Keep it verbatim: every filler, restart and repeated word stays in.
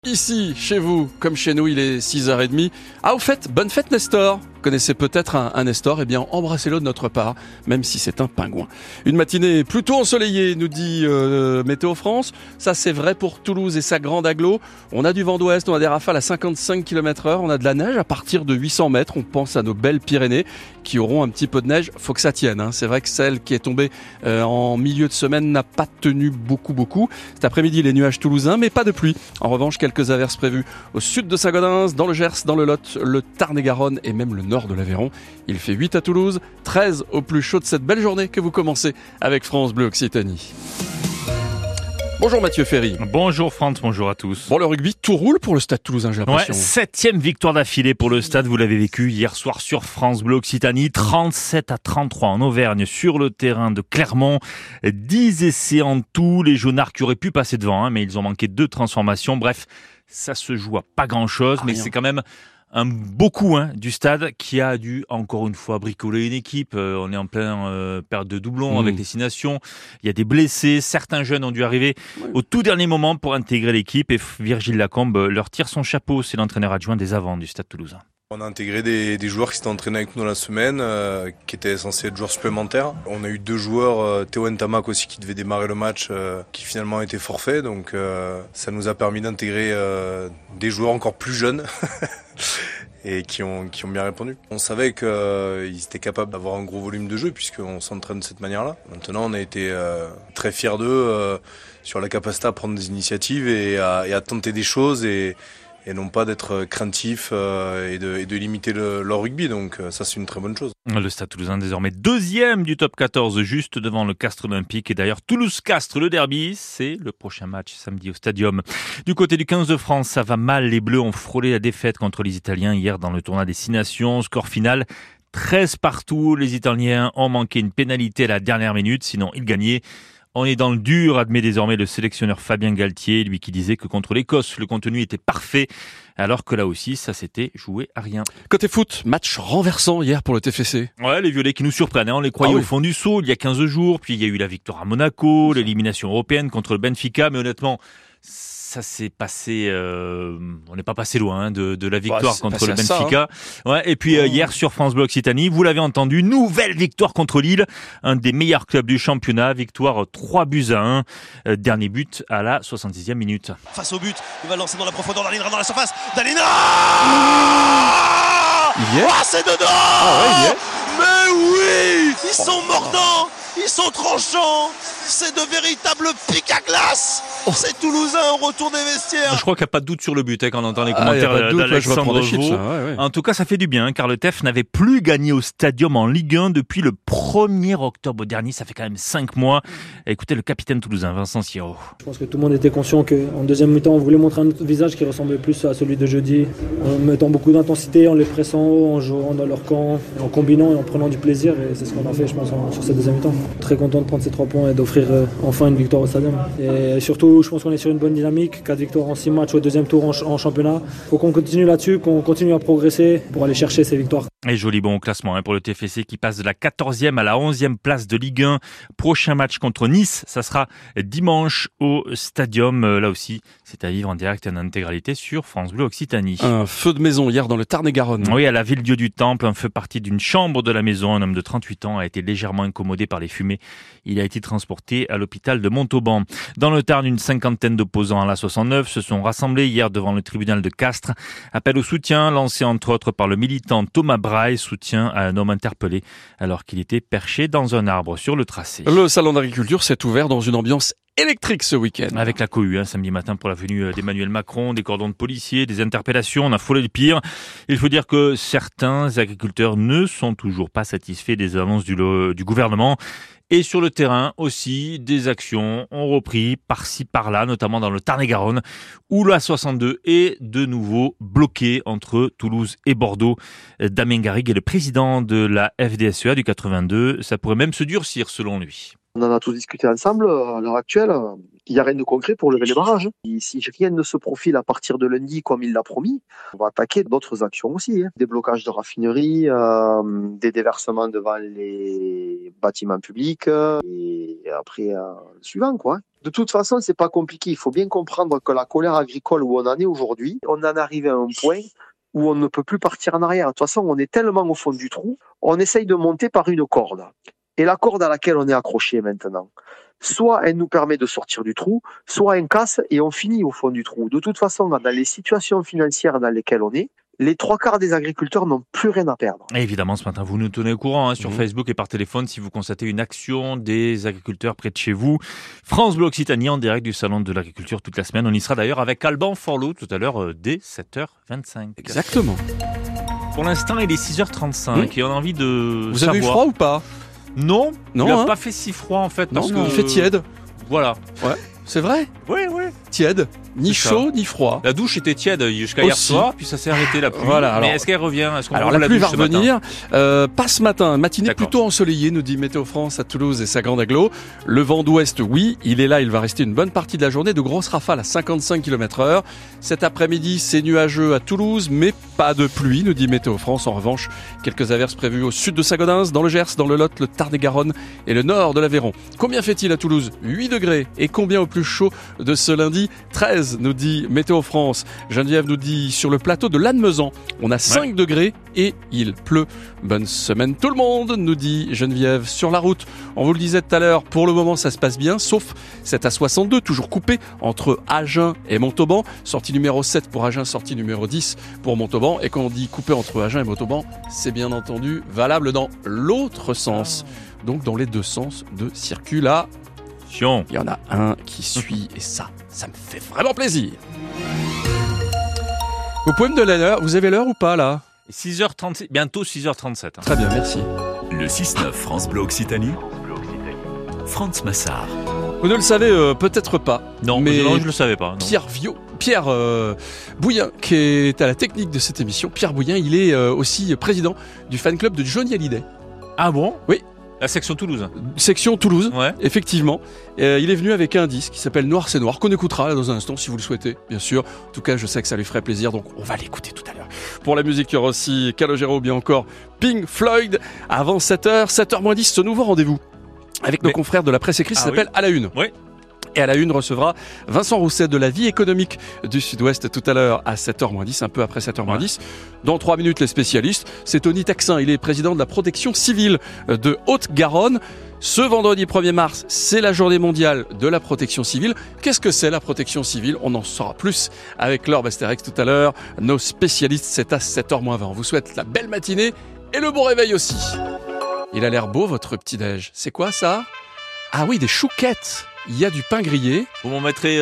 Ici, chez vous, comme chez nous, il est six heures trente. Ah, au fait, bonne fête Nestor. Vous connaissez peut-être un, un Nestor, eh bien embrassez-le de notre part, même si c'est un pingouin. Une matinée plutôt ensoleillée, nous dit euh, Météo France. Ça c'est vrai pour Toulouse et sa grande agglo. On a du vent d'ouest, on a des rafales à cinquante-cinq kilomètres heure, on a de la neige à partir de huit cents mètres. On pense à nos belles Pyrénées qui auront un petit peu de neige. Faut que ça tienne, hein. C'est vrai que celle qui est tombée euh, en milieu de semaine n'a pas tenu beaucoup beaucoup. Cet après-midi, les nuages toulousains, mais pas de pluie. En revanche, quelques averses prévues au sud de Saint-Gaudens, dans le Gers, dans le Lot, le Tarn-et-Garonne et même le nord de l'Aveyron. Il fait huit à Toulouse, treize au plus chaud de cette belle journée que vous commencez avec France Bleu Occitanie. Bonjour Mathieu Ferry. Bonjour France, bonjour à tous. Bon, le rugby, tout roule pour le Stade Toulousain, j'ai l'impression. Ouais, septième victoire d'affilée pour le Stade, vous l'avez vécu hier soir sur France Bleu Occitanie, trente-sept à trente-trois en Auvergne sur le terrain de Clermont, dix essais en tout, les Jaunards qui auraient pu passer devant, hein, mais ils ont manqué deux transformations, bref, ça se joue à pas grand chose, ah, mais rien. C'est quand même un beau coup hein, du Stade qui a dû encore une fois bricoler une équipe. Euh, on est en plein euh, période de doublons mmh. avec les six nations. Il y a des blessés. Certains jeunes ont dû arriver oui. au tout dernier moment pour intégrer l'équipe. Et Virgile Lacombe leur tire son chapeau. C'est l'entraîneur adjoint des avants du Stade Toulousain. On a intégré des, des joueurs qui s'étaient entraînés avec nous la semaine, euh, qui étaient censés être joueurs supplémentaires. On a eu deux joueurs, euh, Théo Ntamak aussi, qui devait démarrer le match, euh, qui finalement étaient forfaits. Donc euh, ça nous a permis d'intégrer euh, des joueurs encore plus jeunes. et qui ont, qui ont bien répondu. On savait qu'ils euh, étaient capables d'avoir un gros volume de jeu puisqu'on s'entraîne de cette manière-là. Maintenant, on a été euh, très fiers d'eux euh, sur la capacité à prendre des initiatives et à, et à tenter des choses et, et non pas d'être craintifs euh, et, de, et de limiter le, leur rugby. Donc euh, ça, c'est une très bonne chose. Le Stade Toulousain désormais deuxième du top quatorze, juste devant le Castres Olympique. Et d'ailleurs, Toulouse-Castres, le derby, c'est le prochain match samedi au Stadium. Du côté du quinze de France, ça va mal. Les Bleus ont frôlé la défaite contre les Italiens hier dans le tournoi des Six Nations. Score final, treize partout. Les Italiens ont manqué une pénalité à la dernière minute, sinon ils gagnaient. On est dans le dur, admet désormais le sélectionneur Fabien Galtier, lui qui disait que contre l'Écosse, le contenu était parfait, alors que là aussi, ça s'était joué à rien. Côté foot, match renversant hier pour le T F C. Ouais, les Violets qui nous surprennent, hein. On les croyait ah oui. au fond du seau il y a quinze jours, puis il y a eu la victoire à Monaco, l'élimination européenne contre le Benfica, mais honnêtement, ça s'est passé, euh, on n'est pas passé loin hein, de, de la victoire bah, contre le Benfica. Ça, hein. Ouais, et puis euh, hier sur France Bleu Occitanie, vous l'avez entendu, nouvelle victoire contre Lille, un des meilleurs clubs du championnat, victoire trois buts à un, euh, dernier but à la soixante-dixième minute. Face au but, il va lancer dans la profondeur, Dalina dans la surface, Dalina mmh. yeah. Oh, c'est dedans ah ouais, yeah. Mais oui, ils sont mordants, ils sont tranchants, c'est de véritables pics à glace. Oh. C'est Toulousain au retour des vestiaires. Je crois qu'il n'y a pas de doute sur le but hein, quand on entend les commentaires ah, d'Alexandre Vaux. Ouais, ouais. En tout cas, ça fait du bien, hein, car le T E F n'avait plus gagné au Stadium en Ligue un depuis le premier octobre dernier. Ça fait quand même cinq mois. Écoutez le capitaine toulousain, Vincent Siro. Je pense que tout le monde était conscient qu'en deuxième mi-temps, on voulait montrer un autre visage qui ressemblait plus à celui de jeudi, en mettant beaucoup d'intensité, en les pressant haut, en jouant dans leur camp, en combinant et en prenant du plaisir. Et c'est ce qu'on a fait, je pense, en, sur cette deuxième mi-temps. Très content de prendre ces trois points et d'offrir euh, enfin une victoire au Stadium. Et surtout, je pense qu'on est sur une bonne dynamique, quatre victoires en six matchs au deuxième tour en, ch- en championnat. Il faut qu'on continue là-dessus, qu'on continue à progresser pour aller chercher ces victoires. Et joli bon classement hein, pour le T F C qui passe de la quatorzième à la onzième place de Ligue un. Prochain match contre Nice, ça sera dimanche au Stadium. Euh, là aussi, c'est à vivre en direct et en intégralité sur France Bleu Occitanie. Un feu de maison hier dans le Tarn-et-Garonne. Oui, à la Ville-Dieu du Temple, un feu parti d'une chambre de la maison. Un homme de trente-huit ans a été légèrement incommodé par les fumées. Il a été transporté à l'hôpital de Montauban. Dans le Tarn, une cinquantaine d'opposants à la soixante-neuf se sont rassemblés hier devant le tribunal de Castres. Appel au soutien lancé entre autres par le militant Thomas Braille, soutien à un homme interpellé alors qu'il était perché dans un arbre sur le tracé. Le salon d'agriculture s'est ouvert dans une ambiance électrique ce week-end. Avec la cohue, hein, samedi matin pour la venue d'Emmanuel Macron, des cordons de policiers, des interpellations, on a frôlé le pire. Il faut dire que certains agriculteurs ne sont toujours pas satisfaits des annonces du, du gouvernement. Et sur le terrain aussi, des actions ont repris par-ci par-là, notamment dans le Tarn-et-Garonne, où la soixante-deux est de nouveau bloquée entre Toulouse et Bordeaux. Damien Garrigue est le président de la F D S E A du quatre-vingt-deux. Ça pourrait même se durcir selon lui. On en a tous discuté ensemble à l'heure actuelle. Il n'y a rien de concret pour lever les barrages. Et si rien ne se profile à partir de lundi comme il l'a promis, on va attaquer d'autres actions aussi. Hein. Des blocages de raffineries, euh, des déversements devant les bâtiments publics et après euh, le suivant quoi. De toute façon, c'est pas compliqué. Il faut bien comprendre que la colère agricole où on en est aujourd'hui, on en arrive à un point où on ne peut plus partir en arrière. De toute façon, on est tellement au fond du trou, on essaye de monter par une corde. Et la corde à laquelle on est accroché maintenant, soit elle nous permet de sortir du trou, soit elle casse et on finit au fond du trou. De toute façon, dans les situations financières dans lesquelles on est, les trois quarts des agriculteurs n'ont plus rien à perdre. Et évidemment, ce matin, vous nous tenez au courant hein, sur mmh. Facebook et par téléphone si vous constatez une action des agriculteurs près de chez vous. France Bleu Occitanie en direct du Salon de l'Agriculture toute la semaine. On y sera d'ailleurs avec Alban Forlot tout à l'heure euh, dès sept heures vingt-cinq. Exactement. Pour l'instant, il est six heures trente-cinq mmh. et on a envie de Vous savoir... avez eu froid ou pas? Non, non, il n'a hein pas fait si froid en fait. Parce non, que... il fait tiède. Voilà. Ouais, c'est vrai. Ouais, ouais. Tiède. Ni chaud, ni froid. La douche était tiède jusqu'à hier soir, puis ça s'est arrêté la pluie. Voilà, alors, mais est-ce qu'elle revient? Est-ce qu'on Alors la, la pluie va revenir. Euh, pas ce matin. Matinée D'accord. plutôt ensoleillée, nous dit Météo France à Toulouse et sa grande agglo. Le vent d'ouest, oui, il est là. Il va rester une bonne partie de la journée. De grosses rafales à cinquante-cinq kilomètres heure. Cet après-midi, c'est nuageux à Toulouse, mais pas de pluie, nous dit Météo France. En revanche, quelques averses prévues au sud de Sagodens, dans le Gers, dans le Lot, le Tarn-et-Garonne et le nord de l'Aveyron. Combien fait-il à Toulouse? huit degrés. Et combien au plus chaud de ce lundi? treize, nous dit Météo France. Geneviève nous dit sur le plateau de Lannemezan, on a cinq ouais. degrés et il pleut. Bonne semaine tout le monde, nous dit Geneviève. Sur la route, on vous le disait tout à l'heure, pour le moment ça se passe bien, sauf cette A soixante-deux, toujours coupée entre Agen et Montauban. Sortie numéro sept pour Agen, sortie numéro dix pour Montauban. Et quand on dit coupée entre Agen et Montauban, c'est bien entendu valable dans l'autre sens. Donc dans les deux sens de circulation. Il y en a un qui suit et ça, ça me fait vraiment plaisir. Vous pouvez me donner l'heure? Vous avez l'heure ou pas là? six heures trente-six, bientôt six heures trente-sept. Hein. Très bien, merci. Le six neuf France Bleu Occitanie. Franz Massard. Vous ne le savez euh, peut-être pas. Non, mais non, je ne le savais pas. Non. Pierre Viau, Pierre euh, Bouillin, qui est à la technique de cette émission. Pierre Bouillin, il est euh, aussi président du fan club de Johnny Hallyday. Ah bon? Oui. La section Toulouse. Section Toulouse, ouais. Effectivement. Euh, il est venu avec un disque qui s'appelle Noir c'est Noir, qu'on écoutera là dans un instant si vous le souhaitez, bien sûr. En tout cas, je sais que ça lui ferait plaisir, donc on va l'écouter tout à l'heure. Pour la musique, il y aura aussi Calogero ou bien encore Pink Floyd. Avant sept heures, sept heures moins dix, ce nouveau rendez-vous avec nos Mais... confrères de la presse écrite, ah, ça s'appelle oui. À la Une. Oui. Et à la une recevra Vincent Rousset de la vie économique du Sud-Ouest tout à l'heure à sept heures moins dix, un peu après sept heures moins dix. Dans trois minutes, les spécialistes. C'est Tony Taxin, il est président de la protection civile de Haute-Garonne. Ce vendredi premier mars, c'est la journée mondiale de la protection civile. Qu'est-ce que c'est la protection civile? On en saura plus avec Laure Basterex tout à l'heure. Nos spécialistes, c'est à sept heures moins vingt. On vous souhaite la belle matinée et le bon réveil aussi. Il a l'air beau votre petit-déj. C'est quoi ça? Ah oui, des chouquettes. Il y a du pain grillé. Vous m'en mettrez